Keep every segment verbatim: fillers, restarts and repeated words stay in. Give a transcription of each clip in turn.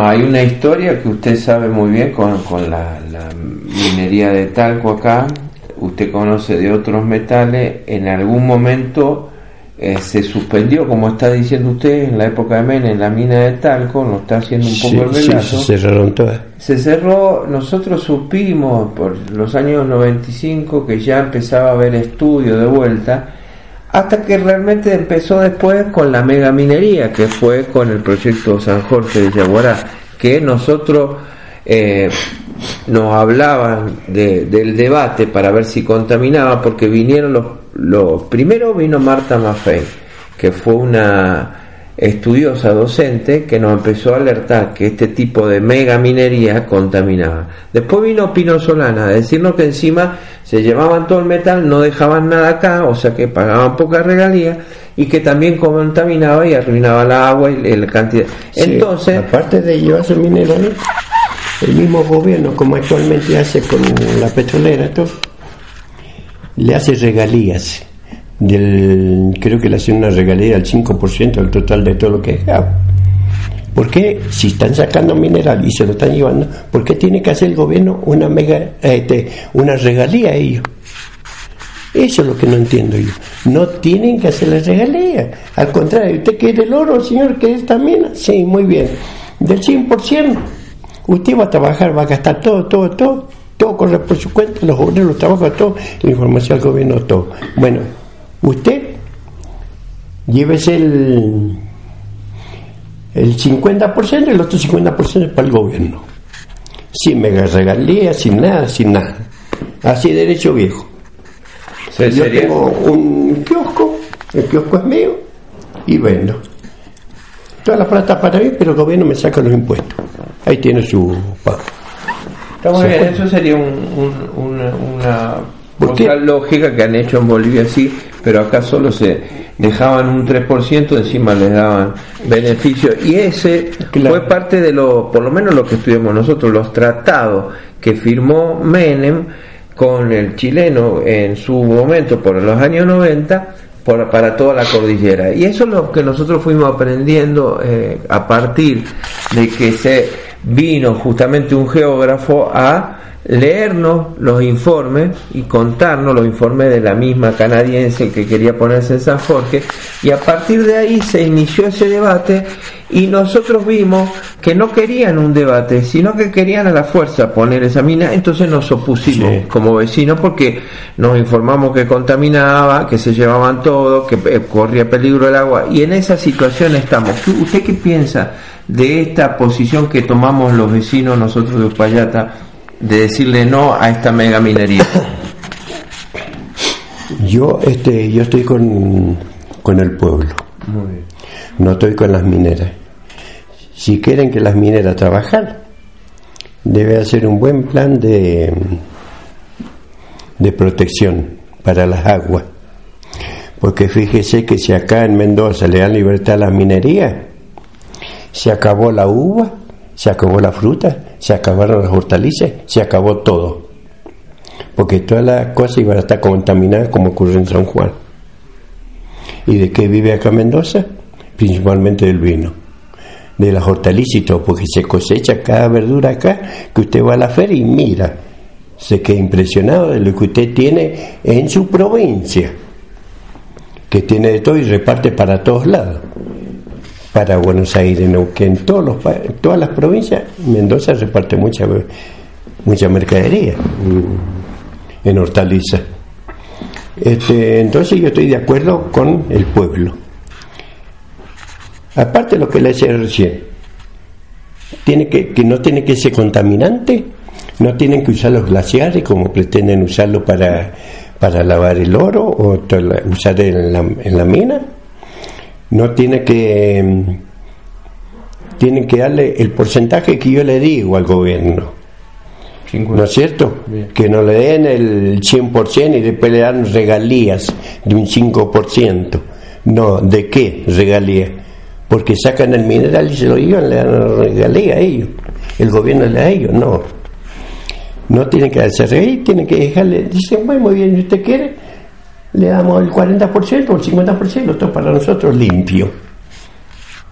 hay una historia que usted sabe muy bien con, con la, la minería de talco acá. Usted conoce de otros metales. En algún momento eh, se suspendió, como está diciendo usted, en la época de Menem, la mina de talco. Nos está haciendo un poco sí, el relato. Sí, se cerraron todas. Se cerró. Nosotros supimos por los años noventa y cinco que ya empezaba a haber estudio de vuelta, hasta que realmente empezó después con la mega minería, que fue con el proyecto San Jorge de Yaguará, que nosotros eh, nos hablaban de, del debate para ver si contaminaba, porque vinieron los, los primero vino Marta Maffei, que fue una estudiosa docente que nos empezó a alertar que este tipo de mega minería contaminaba. Después vino Pino Solana a decirnos que encima se llevaban todo el metal, no dejaban nada acá, o sea que pagaban poca regalía, y que también contaminaba y arruinaba el agua y la cantidad. Sí, entonces, aparte de llevarse minerales, el mismo gobierno, como actualmente hace con la petrolera, todo, le hace regalías. Del, creo que le hacen una regalía del cinco por ciento del total de todo lo que dejaba. ¿Por qué, si están sacando mineral y se lo están llevando, por qué tiene que hacer el gobierno una mega este, una regalía a ellos? Eso es lo que no entiendo yo. No tienen que hacer la regalía. Al contrario, ¿usted quiere el oro, señor, que es esta mina? Sí, muy bien. Del cien por ciento. Usted va a trabajar, va a gastar todo, todo, todo. Todo corre por su cuenta, los obreros, los trabajos, todo. La información al gobierno, todo. Bueno, usted llévese el, el cincuenta por ciento y el otro cincuenta por ciento para el gobierno. Sin mega regalías, sin nada, sin nada. Así derecho viejo. ¿Se Yo sería? tengo un kiosco, el kiosco es mío y vendo. Toda la plata para mí, pero el gobierno me saca los impuestos. Ahí tiene su pago. Está muy bien, eso sería un, un, una, una ¿Por cosa qué? lógica que han hecho en Bolivia, sí, pero acá solo se dejaban un tres por ciento, encima les daban beneficios, y ese Claro. fue parte de lo, por lo menos lo que estudiamos nosotros, los tratados que firmó Menem con el chileno en su momento por los años noventa por, para toda la cordillera, y eso es lo que nosotros fuimos aprendiendo eh, a partir de que se vino justamente un geógrafo a leernos los informes y contarnos los informes de la misma canadiense que quería ponerse en San Jorge, y a partir de ahí se inició ese debate, y nosotros vimos que no querían un debate, sino que querían a la fuerza poner esa mina. Entonces nos opusimos, sí, como vecinos, porque nos informamos que contaminaba, que se llevaban todo, que eh, corría peligro el agua, y en esa situación estamos. ¿Usted qué piensa de esta posición que tomamos los vecinos nosotros de Uspallata, de decirle no a esta mega minería? Yo este yo estoy con, con el pueblo. Muy bien. No estoy con las mineras. Si quieren que las mineras trabajen, debe hacer un buen plan de de protección para las aguas. Porque fíjese que si acá en Mendoza le dan libertad a la minería, se acabó la uva, se acabó la fruta, se acabaron las hortalizas, se acabó todo. Porque todas las cosas iban a estar contaminadas, como ocurre en San Juan. ¿Y de qué vive acá Mendoza? Principalmente del vino, de las hortalizas y todo, porque se cosecha cada verdura acá, que usted va a la feria y mira, se queda impresionado de lo que usted tiene en su provincia, que tiene de todo y reparte para todos lados. Para Buenos Aires, Neuquén, todos los, todas las provincias, Mendoza reparte mucha mucha mercadería en hortalizas. Este, entonces yo estoy de acuerdo con el pueblo. Aparte de lo que le decía recién, tiene que, que no tiene que ser contaminante, no tienen que usar los glaciares como pretenden usarlo para, para lavar el oro o usar en la, en la mina. No tiene que tienen que darle el porcentaje que yo le digo al gobierno, cincuenta. ¿No es cierto? Bien. Que no le den el cien por ciento y después le dan regalías de un cinco por ciento. No, ¿de qué regalías? Porque sacan el mineral y se lo llevan, le dan regalía a ellos. El gobierno le da a ellos, no. No tienen que darse regalías, tienen que dejarle. Dicen, bueno, muy bien, si usted quiere, le damos el cuarenta por ciento o el cincuenta por ciento, todo para nosotros limpio.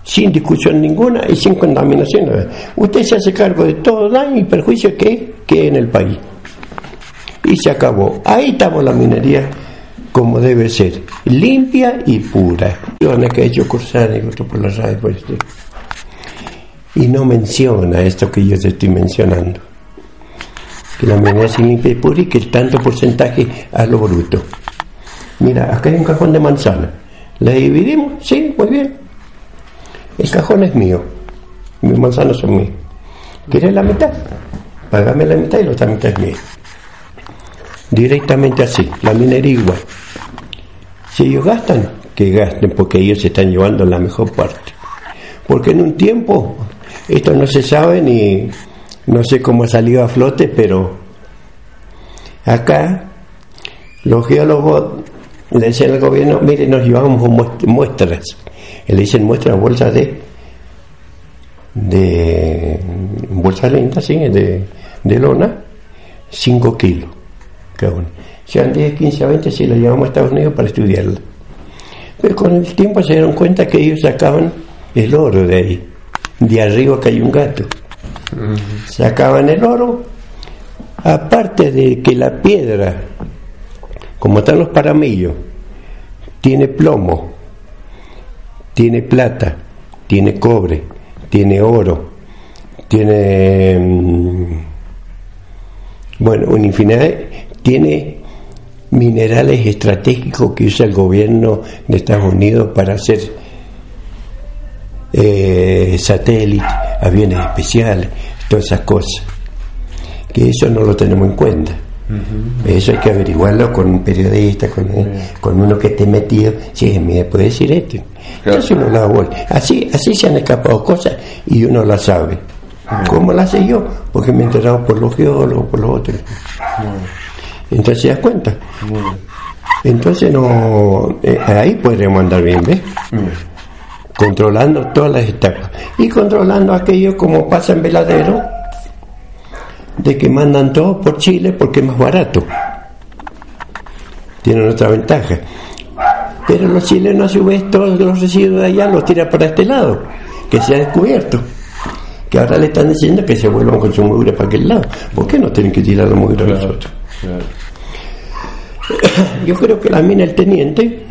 sin discusión ninguna y sin contaminación. Usted se hace cargo de todo daño y perjuicio que que en el país. Y se acabó. Ahí estamos la minería como debe ser, limpia y pura. Yo que he hecho cursar por la radio por este. Y no menciona esto que yo te estoy mencionando, que la minería es limpia y pura y que el tanto porcentaje a lo bruto. Mira, acá hay un cajón de manzana. ¿La dividimos? Sí, muy bien. El cajón es mío. Mis manzanas son mías. ¿Quieres la mitad? Págame la mitad y la otra mitad es mía. Directamente así. La minería igual. Si ellos gastan, que gasten, porque ellos se están llevando la mejor parte. Porque en un tiempo, esto no se sabe ni no sé cómo ha salido a flote, pero acá los geólogos le decían al gobierno, mire, nos llevamos muestras, le dicen muestras, bolsas de de bolsas lentas, sí, de, de lona, cinco kilos cada uno. Sean diez, quince, veinte, si las llevamos a Estados Unidos para estudiarla. Pero con el tiempo se dieron cuenta que ellos sacaban el oro de ahí, de arriba que hay un gato. Uh-huh. Sacaban el oro, aparte de que la piedra, como están los paramillos, tiene plomo, tiene plata, tiene cobre, tiene oro, tiene, bueno, una infinidad, tiene minerales estratégicos que usa el gobierno de Estados Unidos para hacer eh, satélites, aviones especiales, todas esas cosas, que eso no lo tenemos en cuenta. Uh-huh. Eso hay que averiguarlo con un periodista, con, uh-huh. con uno que esté metido. Sí, me puede decir esto. Claro. Entonces uno la voy. Así, así se han escapado cosas y uno las sabe. Uh-huh. ¿Cómo las sé yo? Porque me he enterado por los geólogos, por los otros. Uh-huh. Entonces se das cuenta. Uh-huh. Entonces no, eh, ahí podremos andar bien, ¿ves? Uh-huh. Controlando todas las etapas y controlando aquello como pasa en Veladero, de que mandan todo por Chile porque es más barato, tienen otra ventaja, pero los chilenos a su vez todos los residuos de allá los tiran para este lado, que se ha descubierto, que ahora le están diciendo que se vuelvan con su mugre para aquel lado. ¿Por qué no tienen que tirar la mugre a claro, nosotros? Claro. Yo creo que la mina El Teniente,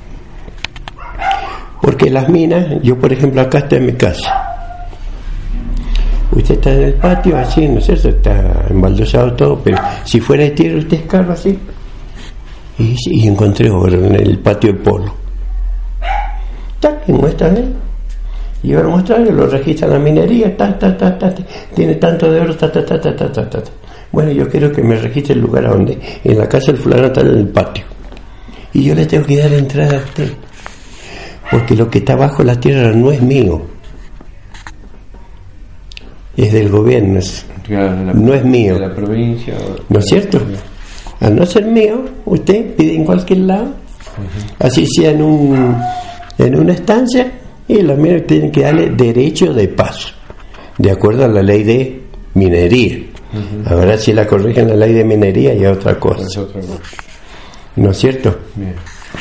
porque las minas, yo por ejemplo acá estoy en mi casa, usted está en el patio así, ¿no es cierto? Está embaldosado todo, pero si fuera de tierra usted escarba así y, y encontré oro en el patio de polo. Tal, y muestran, ¿eh? Y ahora muestran, lo registran la minería, ta, ta, ta, ta, ta, tiene tanto de oro, ta, ta, ta, ta, ta, ta, ta. Bueno, yo quiero que me registre el lugar a donde, en la casa del fulano tal, en el patio. Y yo le tengo que dar entrada a usted, porque lo que está bajo la tierra no es mío, es del gobierno, claro, la, no es mío, de la provincia, ¿no es cierto? Al no ser mío, usted pide en cualquier lado, uh-huh. así sea en un en una estancia, y los mineros tienen que darle derecho de paso, de acuerdo a la ley de minería. Uh-huh. Ahora si la corrigen la ley de minería ya es otra cosa, es otra cosa. ¿No es cierto? Bien.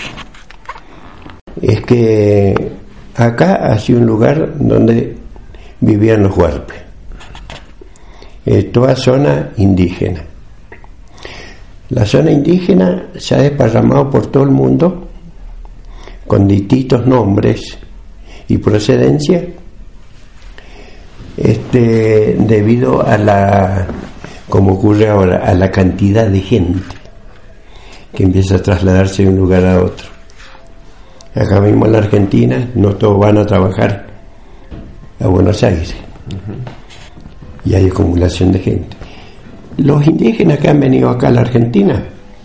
Es que acá ha sido un lugar donde vivían los huarpes. Eh, toda zona indígena. La zona indígena se ha desparramado por todo el mundo con distintos nombres y procedencia, este, debido a la, como ocurre ahora, a la cantidad de gente que empieza a trasladarse de un lugar a otro. Acá mismo en la Argentina no todos van a trabajar a Buenos Aires. Uh-huh. Y hay acumulación de gente. Los indígenas que han venido acá a la Argentina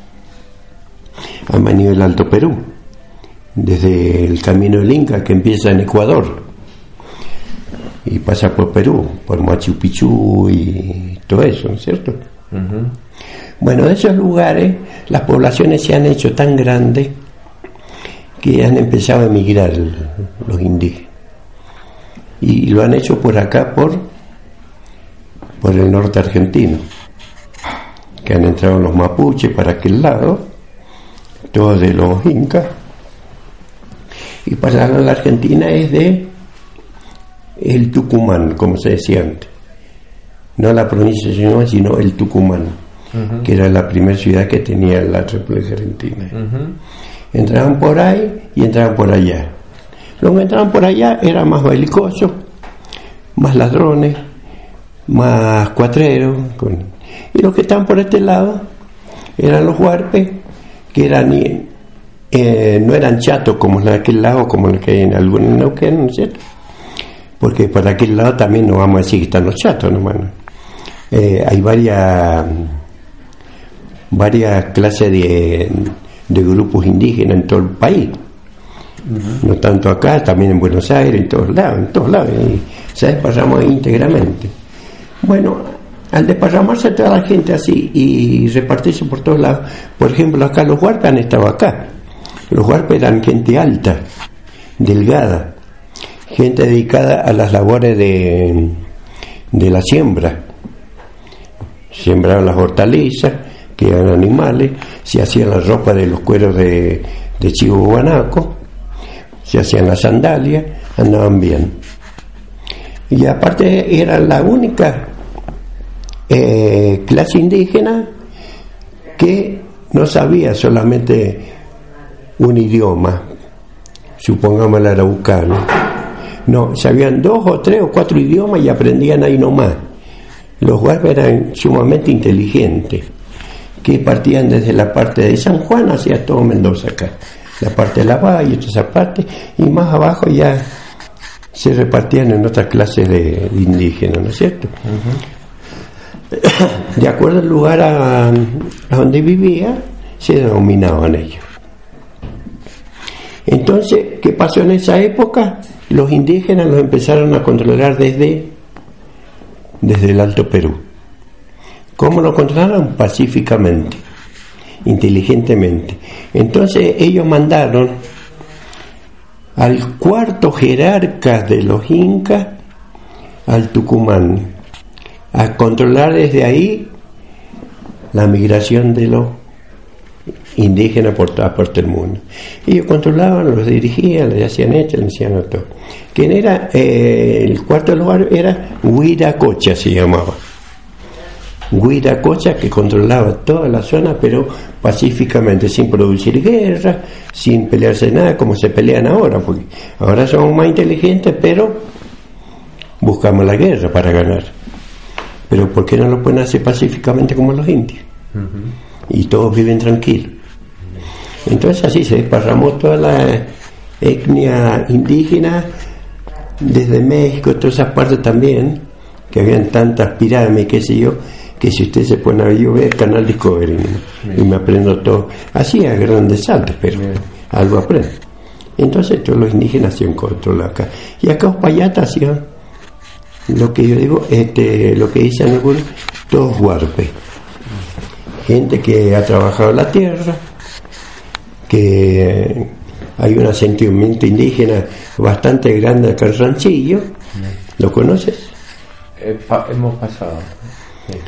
han venido del Alto Perú, desde el camino del Inca que empieza en Ecuador y pasa por Perú, por Machu Picchu y todo eso, ¿no es cierto? Uh-huh. Bueno, de esos lugares las poblaciones se han hecho tan grandes que han empezado a emigrar los indígenas, y lo han hecho por acá, por por el norte argentino, que han entrado los mapuches para aquel lado, todos de los incas, y para la Argentina es de el Tucumán, como se decía antes. No la provincia de Tucumán, sino el Tucumán, uh-huh. que era la primera ciudad que tenía la República Argentina. Uh-huh. Entraban por ahí y entraban por allá. Los que entraban por allá eran más belicosos, más ladrones, más cuatreros. Con... Y los que estaban por este lado eran los huarpes, que eran eh, no eran chatos como los de aquel lado, como los que hay en algún Neuquén, ¿no es cierto? Porque por aquel lado también no vamos a decir que están los chatos, ¿no, mano? Eh, hay varias varias clases de, de grupos indígenas en todo el país. Uh-huh. No tanto acá, también en Buenos Aires, en todos lados, en todos lados, y se desparramó íntegramente. Bueno, al desparramarse toda la gente así y repartirse por todos lados, por ejemplo, acá los huarpes han estado acá. Los huarpes eran gente alta, delgada, gente dedicada a las labores de, de la siembra. Sembraban las hortalizas, que eran animales, se hacían la ropa de los cueros de, de chivo guanaco, se hacían las sandalias, andaban bien. Y aparte era la única eh, clase indígena que no sabía solamente un idioma, supongamos el araucano. No, sabían dos o tres o cuatro idiomas y aprendían ahí nomás. Los huarpes eran sumamente inteligentes, que partían desde la parte de San Juan hacia todo Mendoza acá, la parte de la Valle, toda esa parte, y más abajo ya se repartían en otras clases de, de indígenas, ¿no es cierto? Uh-huh. De acuerdo al lugar a, a donde vivía, se denominaban ellos. Entonces, ¿qué pasó en esa época? Los indígenas los empezaron a controlar desde, desde el Alto Perú. ¿Cómo lo controlaron? Pacíficamente, inteligentemente. Entonces ellos mandaron al cuarto jerarca de los incas al Tucumán a controlar desde ahí la migración de los indígenas por todas partes del mundo. Ellos controlaban, los dirigían, les hacían esto, les hacían todo. ¿Quién era? Eh, el cuarto lugar era Huiracocha, se llamaba. Huiracocha, que controlaba toda la zona, pero pacíficamente, sin producir guerra, sin pelearse nada, como se pelean ahora, porque ahora somos más inteligentes, pero buscamos la guerra para ganar. Pero ¿por qué no lo pueden hacer pacíficamente como los indios? Uh-huh. Y todos viven tranquilos. Entonces así se desparramó toda la etnia indígena, desde México, todas esas partes también, que habían tantas pirámides, qué sé yo, que si usted se pone a ver, yo veo el canal Discovery, ¿no? Y me aprendo todo, así a grandes saltos, pero bien, algo aprendo. Entonces todos los indígenas hacían control acá, y acá los payatas hacían lo que yo digo, este, lo que dicen algunos, todos huarpes, gente que ha trabajado la tierra, que hay un asentamiento indígena bastante grande acá en Rancillo. ¿Lo conoces? Eh, pa- hemos pasado. Sí.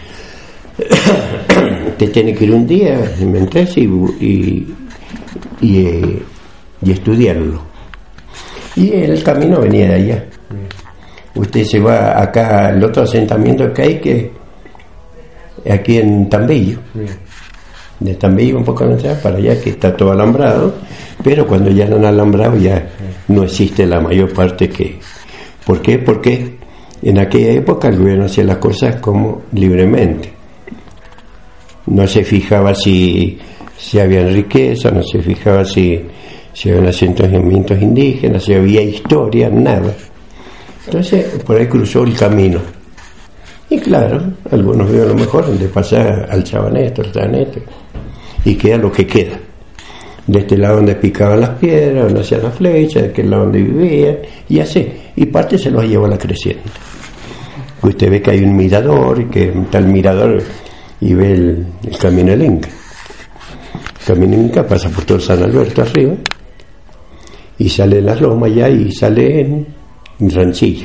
Te tiene que ir un día, inventarse y, y, y, eh, y estudiarlo. Y el camino venía de allá. Sí. Usted se va acá al otro asentamiento que hay, que aquí en Tambello. Sí. De Tambello un poco para allá, que está todo alambrado, pero cuando ya no han alambrado ya no existe la mayor parte que... ¿Por qué? Porque en aquella época el gobierno hacía las cosas como libremente. No se fijaba si, si había riqueza, no se fijaba si, si había asentamientos indígenas, si había historia, nada. Entonces por ahí cruzó el camino. Y claro, algunos vieron lo mejor de pasar al Chabaneto, al Chabaneto, y queda lo que queda. De este lado donde picaban las piedras, donde hacían las flechas, de aquel lado donde vivían, y así. Y parte se los llevó a la creciente. Usted ve que hay un mirador, y que está el mirador, y ve el, el camino del Inca. El camino del Inca pasa por todo San Alberto arriba, y sale en las lomas ya, y sale en, en Rancillo.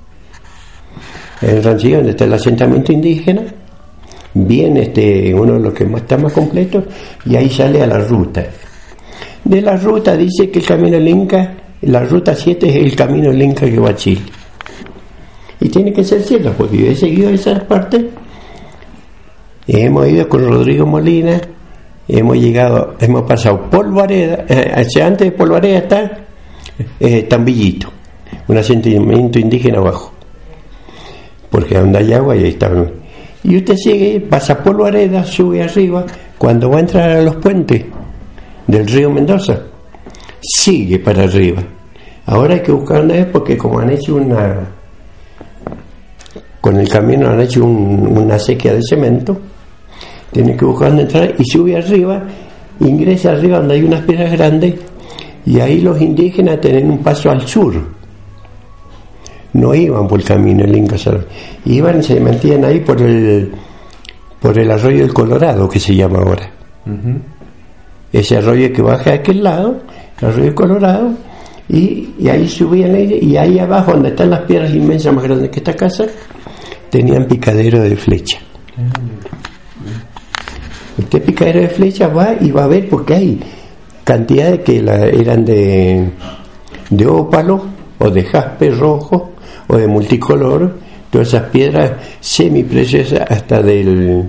En Rancillo, donde está el asentamiento indígena, viene este, uno de los que más está más completo, y ahí sale a la ruta. De la ruta dice que el camino del Inca, la ruta siete es el camino del Inca que va a Chile. tiene que ser cierta, porque yo he seguido esas partes. Hemos ido con Rodrigo Molina, hemos llegado, hemos pasado Polvareda, eh, hacia antes de Polvareda está eh, Tambillito, un asentamiento indígena abajo, porque donde hay agua y ahí está. Y usted sigue, pasa Polvareda, sube arriba, cuando va a entrar a los puentes del río Mendoza, sigue para arriba. Ahora hay que buscar una vez, porque como han hecho una, con el camino han hecho un, una sequía de cemento, tiene que buscar dónde entrar y sube arriba, ingresa arriba donde hay unas piedras grandes, y ahí los indígenas tienen un paso al sur. No iban por el camino el Inca Salvador, iban y se metían ahí por el por el arroyo del Colorado, que se llama ahora. Uh-huh. Ese arroyo que baja a aquel lado, el arroyo del Colorado, y, y ahí subían, y ahí abajo donde están las piedras inmensas más grandes que esta casa, tenían picadero de flecha. Uh-huh. Este picadero de flecha va y va a ver, porque hay cantidades que la, eran de de ópalo o de jaspe rojo o de multicolor, todas esas piedras semipreciosas, hasta del,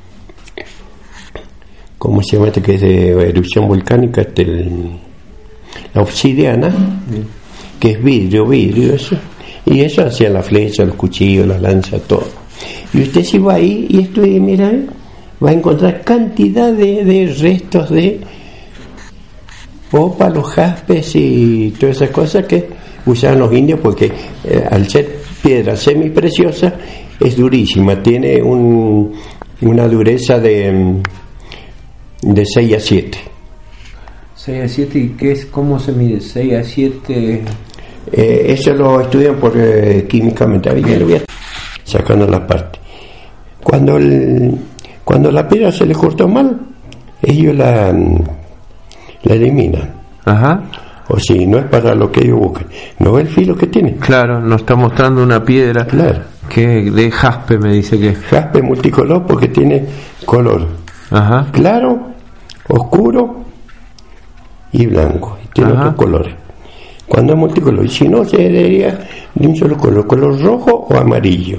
¿cómo se llama este que es de erupción volcánica? Este, el, la obsidiana, que es vidrio, vidrio, eso, y eso hacía la flecha, los cuchillos, las lanzas, todo. Y usted si va ahí y estudia, mira, va a encontrar cantidad de, de restos de ópalos, jaspes y todas esas cosas que usaban los indios, porque eh, al ser piedra semipreciosa es durísima, tiene un, una dureza de de seis a siete. seis a siete, ¿y qué es? ¿Cómo se mide? seis a siete. Eh, eso lo estudian por eh, químicamente. Ahí ya lo voy a sacando las partes. Cuando el, cuando la piedra se le cortó mal, ellos la la eliminan. Ajá. O si no es para lo que ellos buscan. ¿No ve el filo que tiene? Claro, nos está mostrando una piedra. Claro. Que de jaspe, me dice que. Jaspe multicolor, porque tiene color. Ajá. Claro, oscuro y blanco. Y tiene Ajá. otros colores. Cuando es multicolor, y si no, se debería de un solo color, color rojo o amarillo.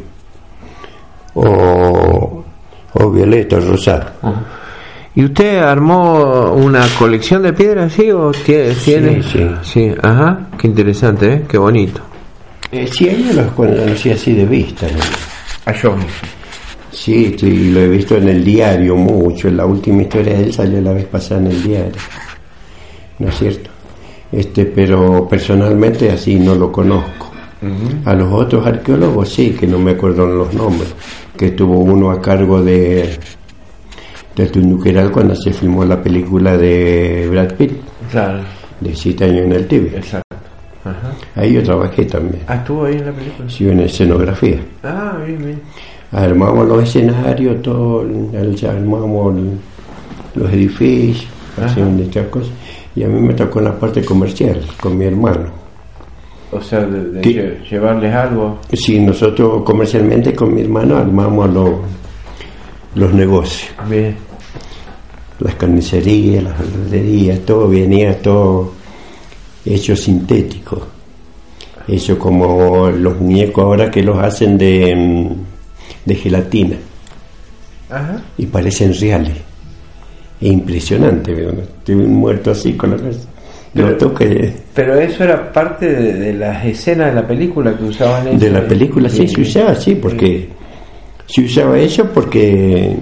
O, o violeta, o rosado. Ajá. ¿Y usted armó una colección de piedras, sí? ¿O tiene? Sí, sí. Sí, ajá, qué interesante, ¿eh? Qué bonito. Eh, sí, yo los conocí así de vista, ¿no? A yo. Sí, sí, lo he visto en el diario mucho. La última historia de él salió la vez pasada en el diario. ¿No es cierto? Este, pero personalmente así no lo conozco. Uh-huh. A los otros arqueólogos sí, que no me acuerdo los nombres. Que tuvo uno a cargo de... del Tunduqueral cuando se filmó la película de Brad Pitt, claro, de siete años en el Tíbet. Exacto. Ajá. Ahí yo trabajé también. Ah, ¿estuvo ahí en la película? Sí, en escenografía. Ah, bien, bien. Armamos los escenarios, todo, armamos los edificios, hacíamos estas cosas, y a mí me tocó la parte comercial con mi hermano. O sea, de, de lle- llevarles algo. Sí, nosotros comercialmente con mi hermano armamos los los negocios. Bien. Las carnicerías, las verdulerías, todo venía todo hecho sintético, hecho como los muñecos ahora que los hacen de, de gelatina. Ajá. Y parecen reales. Es impresionante, estoy muerto así con la cabeza. Pero, que... pero eso era parte de, de las escenas de la película que usaban eso. De la película, sí, se usaba, sí, porque se usaba eso porque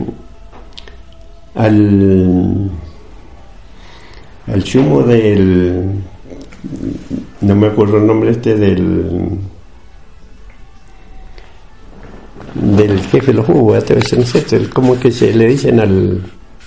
al al sumo del, no me acuerdo el nombre este del del jefe de los jugos, ¿cómo es que se le dicen al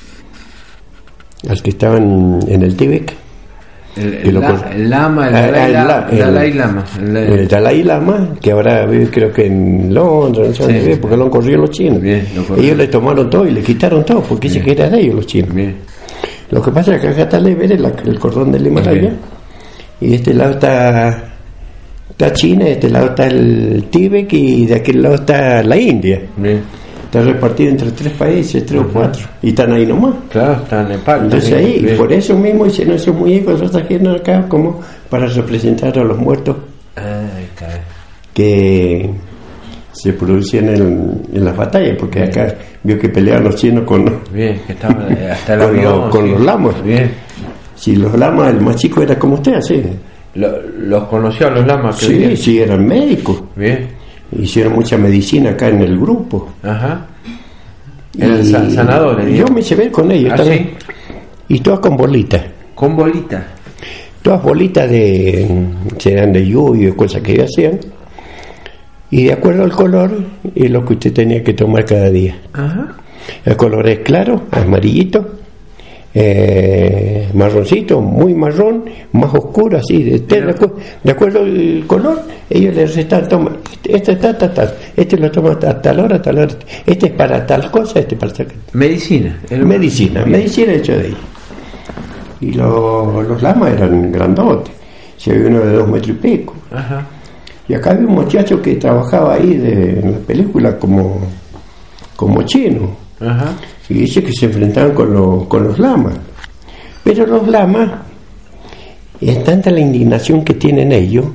al que estaban en el Tíbet? El, el, la, el lama, el Dalai, el, la, el, Dalai Lama. El, el Dalai Lama, que ahora vive creo que en Londres, no sé dónde vive, porque lo han corrido los chinos. Bien, lo ellos le tomaron todo y le quitaron todo, porque dice que era de ellos los chinos. Bien. Lo que pasa es que acá está el Everest, el cordón del Himalaya, y de este lado está, está China, de este lado está el Tíbet, y de aquel lado está la India. Bien. Está repartido entre tres países, tres uh-huh. o cuatro, y están ahí nomás. Claro, están en Nepal. Entonces ahí, bien. Por eso mismo hicieron esos muñecos, los trajeron acá como para representar a los muertos. Ah, está. Que, se producían en, en las batallas, porque bien. Acá vio que peleaban los chinos con, bien, que estaban hasta el con, avión, los, con sí. los lamas. Bien. Si los lamas, el más chico era como usted, así. Lo, ¿Los conoció a los lamas? Sí, bien. Sí, eran médicos. Bien. Hicieron mucha medicina acá en el grupo. Ajá. Eran san, sanadores. Yo me llevé con ellos ¿Ah, también. Sí? Y todas con bolitas. ¿Con bolitas? Todas bolitas de, serán de lluvia, cosas que ellos hacían. Y de acuerdo al color, es lo que usted tenía que tomar cada día. Ajá. El color es claro, amarillito, eh, marroncito, muy marrón, más oscuro, así, de, de, acuerdo, de acuerdo al color, ellos les restan, toma, este está, tal, tal, este lo toma a tal hora, tal hora, este es para tal cosa, este para tal. Medicina. Medicina, bien. Medicina hecha de ellos. Y lo, los lamas eran grandotes, si había uno de dos metros y pico. Ajá. Y acá había un muchacho que trabajaba ahí de, en la película como, como chino. Ajá. Y dice que se enfrentaban con, lo, con los lamas. Pero los lamas, es tanta la indignación que tienen ellos,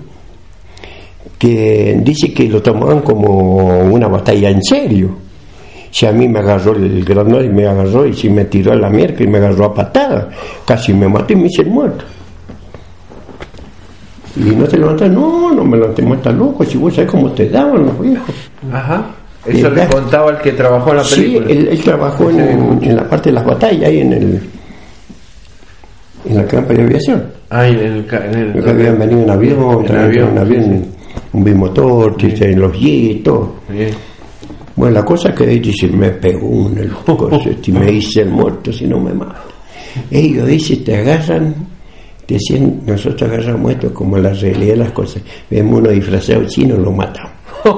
que dice que lo tomaban como una batalla en serio. Si a mí me agarró el granado y me agarró, y si me tiró a la mierda y me agarró a patada, casi me maté y me hice el muerto. Y no te levantas, no, no me levanté, está loco, si vos sabés cómo te daban los viejos. Ajá. Eso le contaba el que trabajó en la película. Sí, él, él trabajó en, en la parte de las batallas, ahí en el en la campa de aviación. Ah, en el, en el Porque habían venido en avión, en avión, en avión, sí, sí. Un bimotor, en los G y todo. Bien. Bueno, la cosa que él dice, me pegó en el coche y me hice el muerto si no me mata. Ellos dicen, te agarran, te decían, nosotros agarramos esto como la realidad de las cosas. Vemos uno disfrazado chino, lo matamos.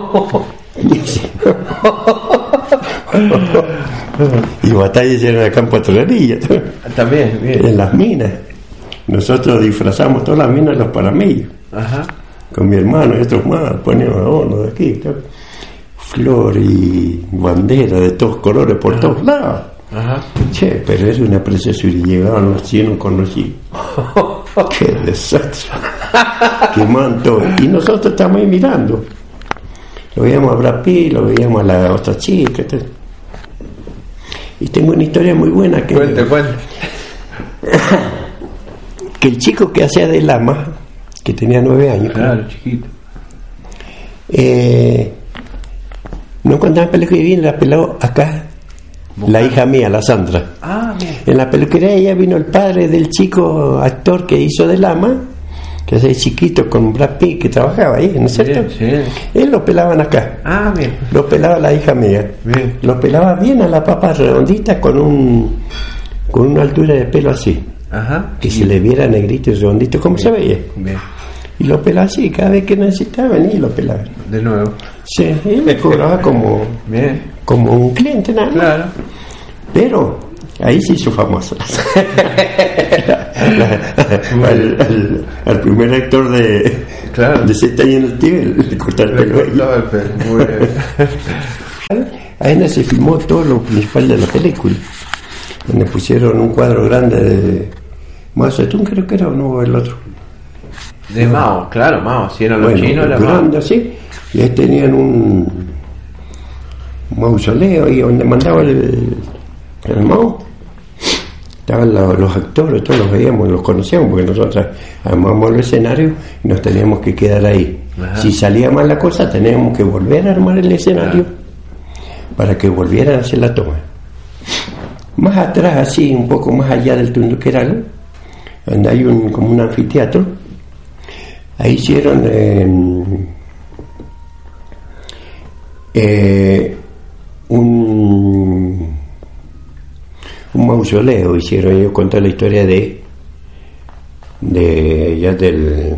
Y batallas eran acá en Patronería también, bien. En las minas nosotros disfrazamos todas las minas los paramillos. Ajá. Con mi hermano y otros más poníamos horno de aquí, claro. Flor y bandera de todos colores por Ajá. todos lados. Ajá. Che, pero es una preciosidad. Y llegaban los chinos con los chicos. Qué desastre. Quemaban todo. Y nosotros estamos ahí mirando. Lo veíamos a Brad Pitt, lo veíamos a la otra chica. Todo. Y tengo una historia muy buena que... Cuente, cuente. Que el chico que hacía de lama, que tenía nueve años... Claro, chiquito. Eh, no contaba en película y vino la peló acá... Boca. La hija mía, la Sandra. Ah, bien. En la peluquería ella vino el padre del chico actor que hizo de lama, que es chiquito con Brad Pitt, que trabajaba ahí, ¿no es cierto? Sí, sí. Él lo pelaban acá. Ah, bien. Lo pelaba la hija mía. Bien. Lo pelaba bien a la papa redondita con un con una altura de pelo así. Ajá. Que se le viera negrito y redondito, como bien. se veía. Bien. Y lo pelaba así, cada vez que necesitaba venir lo pelaba. De nuevo. Sí, y me cobraba como, bien. como un cliente, nada más. Claro. Pero ahí se hizo famoso. al, al, al primer actor de, claro. de siete años en el tío le cortaba el pelo. Le cortaba el pelo. Muy bien. Ahí se filmó todo lo principal de la película, donde pusieron un cuadro grande de Mao Zedong, creo que era, o no el otro. De Mao, claro, Mao, si eran los bueno, chinos era grande, Mao. Así, y ahí tenían un mausoleo y donde mandaba el, el Mao. Estaban los, los actores, todos los veíamos, los conocíamos, porque nosotros armamos el escenario y nos teníamos que quedar ahí. Ajá. Si salía mal la cosa, teníamos que volver a armar el escenario. Ajá. Para que volvieran a hacer la toma. Más atrás, así, un poco más allá del Tunduqueral, donde hay un, como un anfiteatro, ahí hicieron eh, eh, un, un mausoleo, hicieron, ellos contaron la historia de, de ya del,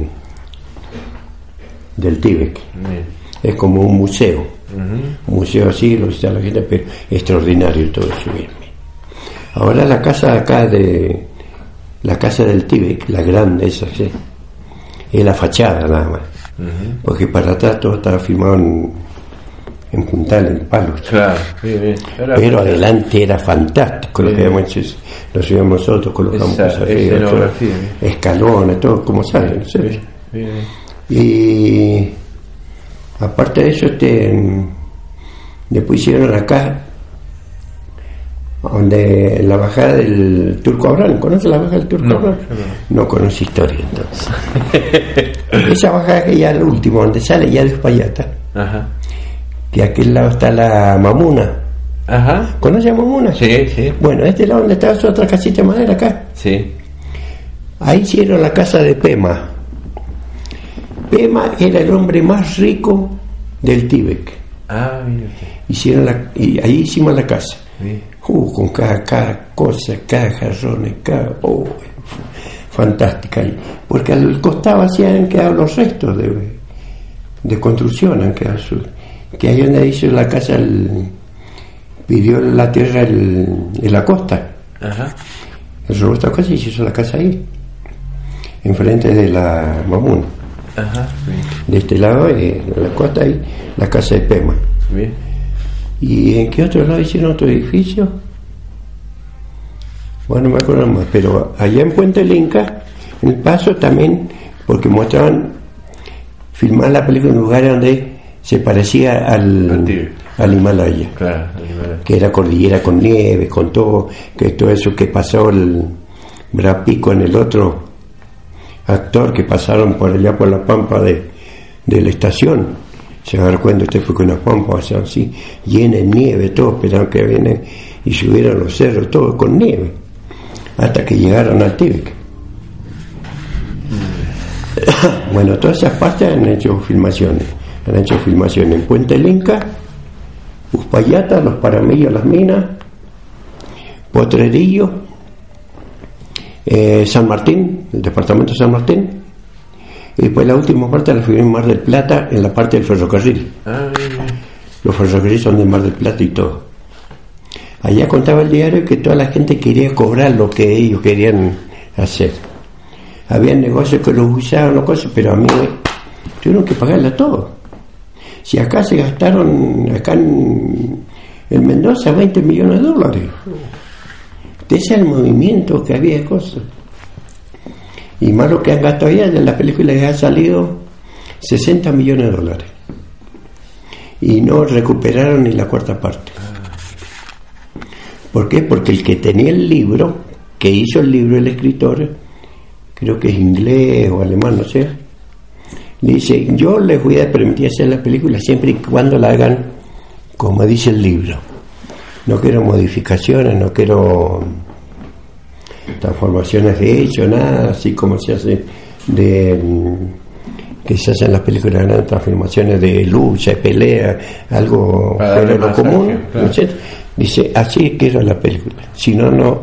del Tíbet. Es como un museo. Uh-huh. Un museo así, lo está la gente, pero extraordinario todo eso bien. Ahora la casa acá de la casa del Tíbet, la grande esa, ¿sí? Es la fachada nada más. Uh-huh. Porque para atrás todo estaba filmado en, en puntal, en palos. Claro, bien, bien. Era pero adelante era fantástico, bien, lo que habíamos hecho, lo subíamos nosotros, colocamos esa, arriba, todo, escalones, todo como sale, ¿no sé? Bien, bien. Y Aparte de eso, este, después hicieron acá, donde la bajada del Turco Abraham. ¿Conoce la bajada del Turco No, Abraham? no. No conoce historia, entonces. Esa bajada que ya es la última, donde sale ya de Uspallata. Ajá. Que a aquel lado está la Mamuna. Ajá. ¿Conoce a Mamuna? Sí, sí. Bueno, a este lado donde está su otra casita de madera acá. Sí. Ahí hicieron la casa de Pema. Pema era el hombre más rico del Tíbet. Ah, mira usted. Hicieron la, y ahí hicimos la casa. Sí. Uh, con cada, cada cosa, cada jarrones, cada... Oh, fantástica. Porque al costado así han quedado los restos de, de construcción, han quedado su, que ahí donde hizo la casa, el, pidió la tierra el, en la costa. Ajá. El robó esta casa y se hizo la casa ahí, enfrente de la Mamún. Ajá. Bien. De este lado, en la costa, ahí, la casa de Pema. Bien. ¿Y en qué otro lado hicieron otro edificio? Bueno, no me acuerdo más, pero allá en Puente del Inca, en el Paso también, porque mostraban, filmar la película en lugares donde se parecía al, al Himalaya. Claro, el Himalaya. Que era cordillera con nieve, con todo, que todo eso que pasó el Brad Pitt con el otro actor que pasaron por allá por la pampa de, de la estación. Se va a dar cuenta usted porque una pampa así, así llena de nieve, todo esperaban que viene y subieran los cerros, todo con nieve, hasta que llegaron al Tíbet. Mm. Bueno, todas esas partes han hecho filmaciones, han hecho filmaciones en Puente del Inca, Uspallata, Los Paramillos, Las Minas, Potrerillo, eh, San Martín, el departamento de San Martín. Y después la última parte la fui en Mar del Plata, en la parte del ferrocarril. Ah, los ferrocarriles son de Mar del Plata y todo. Allá contaba el diario que toda la gente quería cobrar lo que ellos querían hacer. Había negocios que los usaban o cosas, pero a mí tuvieron que pagarle todo. Si acá se gastaron, acá en, en Mendoza, veinte millones de dólares. Ese es el movimiento que había de cosas. Y más lo que han gastado allá, en la película les ha salido sesenta millones de dólares. Y no recuperaron ni la cuarta parte. ¿Por qué? Porque el que tenía el libro, que hizo el libro, el escritor, creo que es inglés o alemán, no sé, le dice, yo les voy a permitir hacer la película siempre y cuando la hagan como dice el libro. No quiero modificaciones, no quiero transformaciones de hecho, nada, así como se hace de que se hacen las películas, grandes transformaciones de lucha, de pelea, algo fuera de lo común, claro. ¿No? Dice, así quiero la película, si no, no.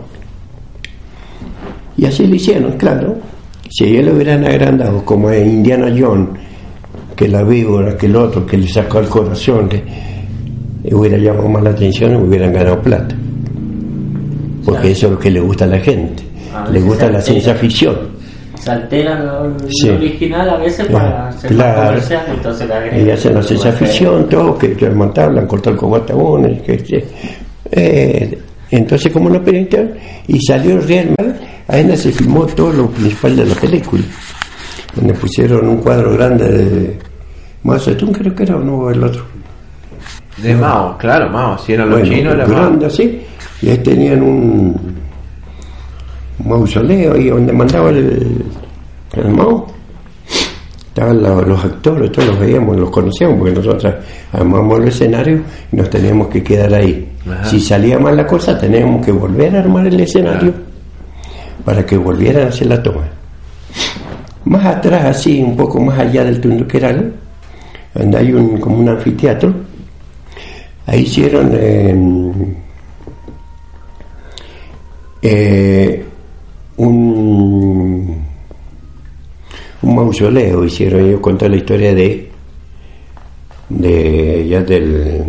Y así lo hicieron, claro. Si ellos lo hubieran agrandado como a Indiana Jones, que la víbora, que el otro, que le sacó el corazón, le hubiera llamado más la atención y hubieran ganado plata. Porque claro, eso es lo que le gusta a la gente, a le gusta la ciencia ficción. Se altera lo, sí. lo original a veces para hacer claro. más comercial, entonces la agregan. Y hacen la ciencia ficción, todo, que desmontaron, han cortado el cogotabones, que eh, entonces como no permitieron, y salió realmente, ahí donde se filmó todo lo principal de la película, donde pusieron un cuadro grande de Mao Zedong, creo que era, o no, el otro. De no. Mao, claro, Mao, si eran los bueno, chinos, era grande, Mao. Así, y ahí tenían un mausoleo y donde mandaba el, el Mao estaban los, los actores, todos los veíamos, los conocíamos porque nosotros armamos el escenario y nos teníamos que quedar ahí. Ajá. Si salía mal la cosa teníamos que volver a armar el escenario. Ajá. Para que volvieran a hacer la toma. Más atrás, así un poco más allá del Tunduqueral, donde hay un como un anfiteatro, ahí hicieron eh, eh, un un mausoleo, hicieron ellos, contar la historia de de ya del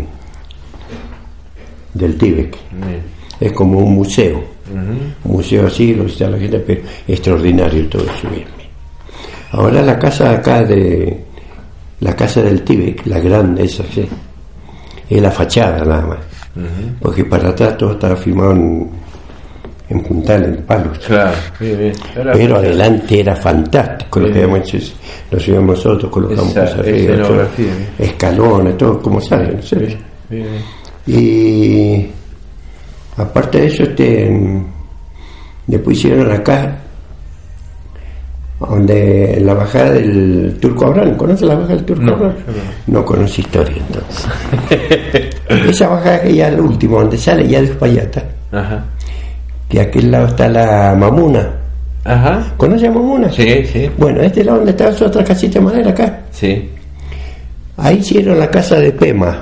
del Tíbet. Mm. Es como un museo, uh-huh. un museo así, lo visita la gente, pero extraordinario todo eso bien. Ahora la casa acá de la casa del Tíbet, la grande esa, sí, es la fachada nada más, uh-huh. porque para atrás todo estaba filmado en en puntal, en palos. Claro, bien, bien. Pero adelante era fantástico. con lo que hemos hecho, lo subimos nosotros, colocamos Esa, cosas arriba, escenografía, todo, escalones, todo, como sale, ¿no sé? Bien, bien, bien. Y aparte de eso, este, después hicieron acá, donde en la bajada del Turco Abrán. ¿Conoce la bajada del Turco No, Abrán? yo no. No conoce historia entonces. Esa bajada que ya es la última, donde sale ya de Uspallata, Ajá. que a aquel lado está la Mamuna. Ajá. ¿Conoce a Mamuna? Sí, sí. Bueno, este lado donde está esa otra casita de madera acá. Sí. Ahí hicieron la casa de Pema.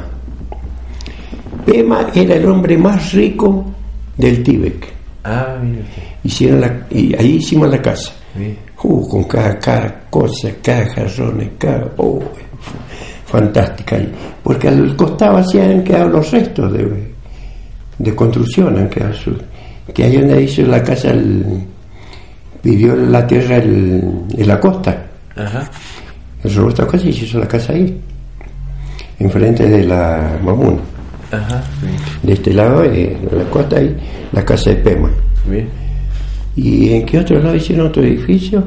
Pema era el hombre más rico del Tíbet. Ah, mira usted. Hicieron la, y ahí hicimos la casa. Bien. Uh, con cada, cada cosa, cada jarrones, cada... Oh, fantástica. Porque al costado así han quedado los restos de, de construcción, han quedado su, que ahí donde hizo la casa, el, vivió la tierra el, en la costa. Ajá. El Robusto Cosa y se hizo la casa ahí, enfrente de la Mamuna. Ajá. Bien. De este lado, eh, en la costa, ahí, la casa de Pema. Bien. ¿Y en qué otro lado hicieron otro edificio?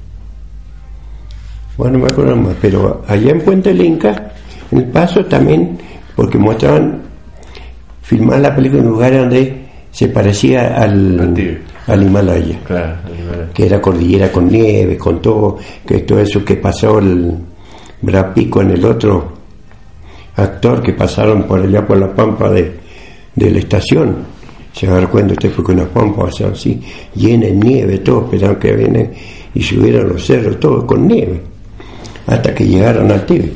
Bueno, no me acuerdo más, pero allá en Puente del Inca, en el Paso también, porque mostraban, filmar la película en lugares donde se parecía al, al Himalaya. Claro, al Himalaya. Que era cordillera con nieve, con todo, que todo eso que pasó el Brad Pitt con el otro actor que pasaron por allá por la pampa de, de la estación. Se va a dar cuenta usted porque una pampa va a ser así, llena de nieve, todo, esperaban que vienen y subieron los cerros, todo con nieve, hasta que llegaron al Tíbet.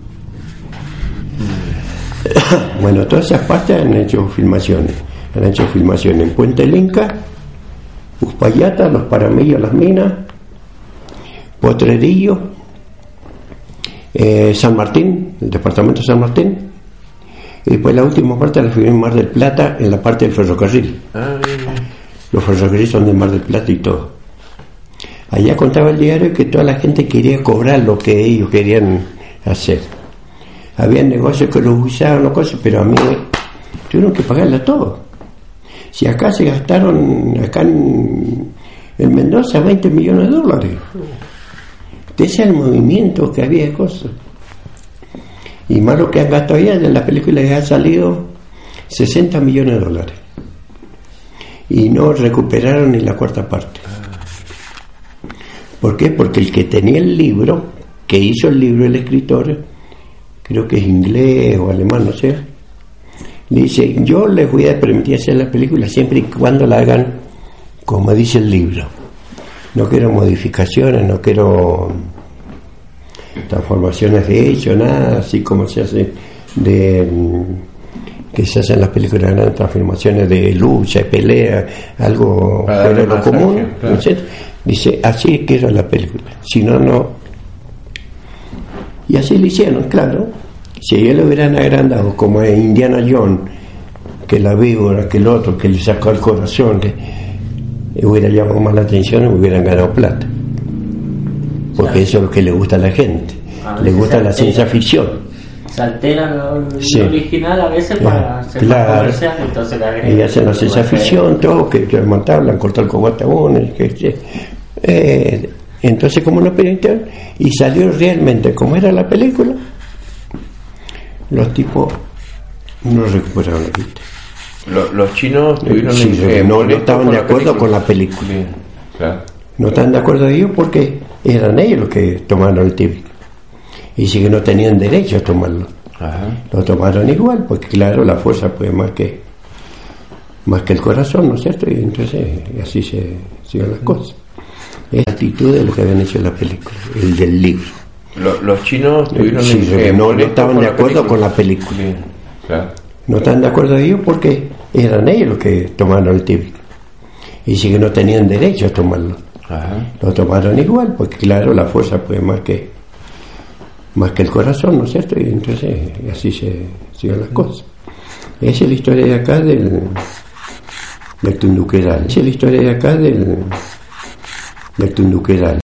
Bueno, todas esas partes han hecho filmaciones, han hecho filmaciones en Puente del Inca, Uspallata, Los Paramillos, Las Minas, Potrerillo, eh, San Martín, el departamento de San Martín. Y después la última parte la filmé en Mar del Plata, en la parte del ferrocarril. Ah, bien. Los ferrocarriles son de Mar del Plata y todo. Allá contaba el diario que toda la gente quería cobrar lo que ellos querían hacer. Había negocios que los usaban, o cosas, pero a mí tuvieron que pagarle todo. Si acá se gastaron, acá en, en Mendoza, veinte millones de dólares. Ese es el movimiento que había de cosas. Y más lo que han gastado allá, en la película les ha salido sesenta millones de dólares. Y no recuperaron ni la cuarta parte. ¿Por qué? Porque el que tenía el libro, que hizo el libro, el escritor, creo que es inglés o alemán, no sé, le dice, yo les voy a permitir hacer la película siempre y cuando la hagan como dice el libro. No quiero modificaciones, no quiero transformaciones de hecho, nada, así como se hace de que se hacen las películas, grandes transformaciones de lucha, de pelea, algo para fuera de lo común, acción, claro. ¿no? Dice, así quiero la película, si no, no. Y así lo hicieron, claro. Si ellos lo hubieran agrandado como a Indiana Jones, que la víbora, que el otro, que le sacó el corazón, que hubiera llamado más la atención y hubieran ganado plata. Porque eso es lo que le gusta a la gente. A Le veces gusta se la altera. ciencia ficción. Se altera lo, Sí. lo original a veces Claro, para ser claro. más comercial, entonces le agregan. Y hacen la ciencia ficción, todo, que que montaban, han cortado el cogote a uno, y que, que, eh, entonces como no permitieron, y salió realmente como era la película, los tipos no recuperaron la vista. Lo- los chinos tuvieron Sí, eh, no, no molestos estaban con de la acuerdo película. con la película. Bien, claro. No están de acuerdo ellos porque eran ellos los que tomaron el Tíbet. Y sí que no tenían derecho a tomarlo. Ajá. Lo tomaron igual, porque claro, la fuerza puede más que más que el corazón, ¿no es cierto? Y entonces así se siguen las cosas. Es la actitud de lo que habían hecho en la película, el del libro. Lo- los chinos tuvieron Sí, eh, no, no molestos estaban con de la acuerdo película. con la película. Bien, claro. No están de acuerdo ellos porque eran ellos los que tomaron el Tíbet. Y sí que no tenían derecho a tomarlo. Ajá. Lo tomaron igual, porque claro, la fuerza puede más que más que el corazón, ¿no es cierto? Y entonces así se siguen las cosas. Esa es la historia de acá del del Tunduqueral. Esa es la historia de acá del del Tunduqueral.